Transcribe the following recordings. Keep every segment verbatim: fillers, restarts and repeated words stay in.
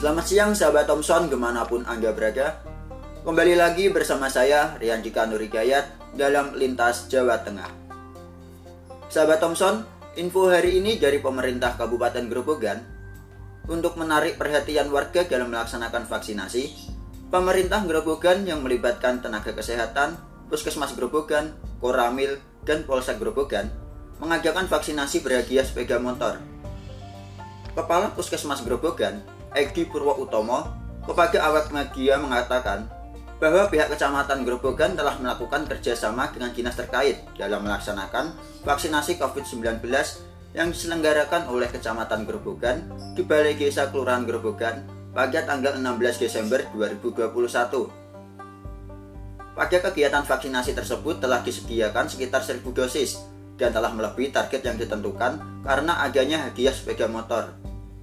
Selamat siang sahabat Thompson dimanapun Anda berada. Kembali lagi bersama saya Rian Dika Nurigayat dalam Lintas Jawa Tengah. Sahabat Thompson, info hari ini dari pemerintah Kabupaten Grobogan. Untuk menarik perhatian warga dalam melaksanakan vaksinasi, pemerintah Grobogan yang melibatkan tenaga kesehatan, Puskesmas Grobogan, Koramil, dan Polsek Grobogan mengadakan vaksinasi berhadiah sepeda motor. Kepala Puskesmas Grobogan, Egi Purwoutomo, kepada awak media mengatakan bahwa pihak Kecamatan Grobogan telah melakukan kerjasama dengan dinas terkait dalam melaksanakan vaksinasi covid sembilan belas yang diselenggarakan oleh Kecamatan Grobogan di Balai Desa Kelurahan Grobogan pada tanggal enam belas Desember dua ribu dua puluh satu. Pada kegiatan vaksinasi tersebut telah disediakan sekitar seribu dosis dan telah melebihi target yang ditentukan karena adanya hadiah sepeda motor.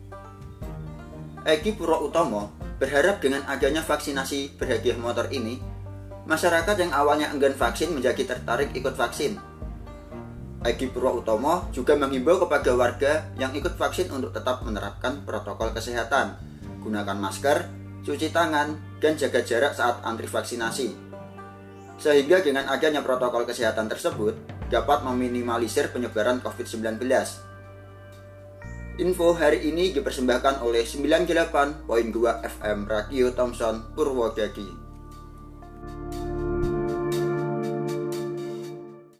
Egi Purwoutomo berharap dengan adanya vaksinasi berhadiah motor ini, masyarakat yang awalnya enggan vaksin menjadi tertarik ikut vaksin. Egi Purwoutomo juga menghimbau kepada warga yang ikut vaksin untuk tetap menerapkan protokol kesehatan, gunakan masker, cuci tangan, dan jaga jarak saat antri vaksinasi. Sehingga dengan adanya protokol kesehatan tersebut dapat meminimalisir penyebaran covid sembilan belas. Info hari ini dipersembahkan oleh sembilan puluh delapan koma dua F M Radio Thompson Purwodadi.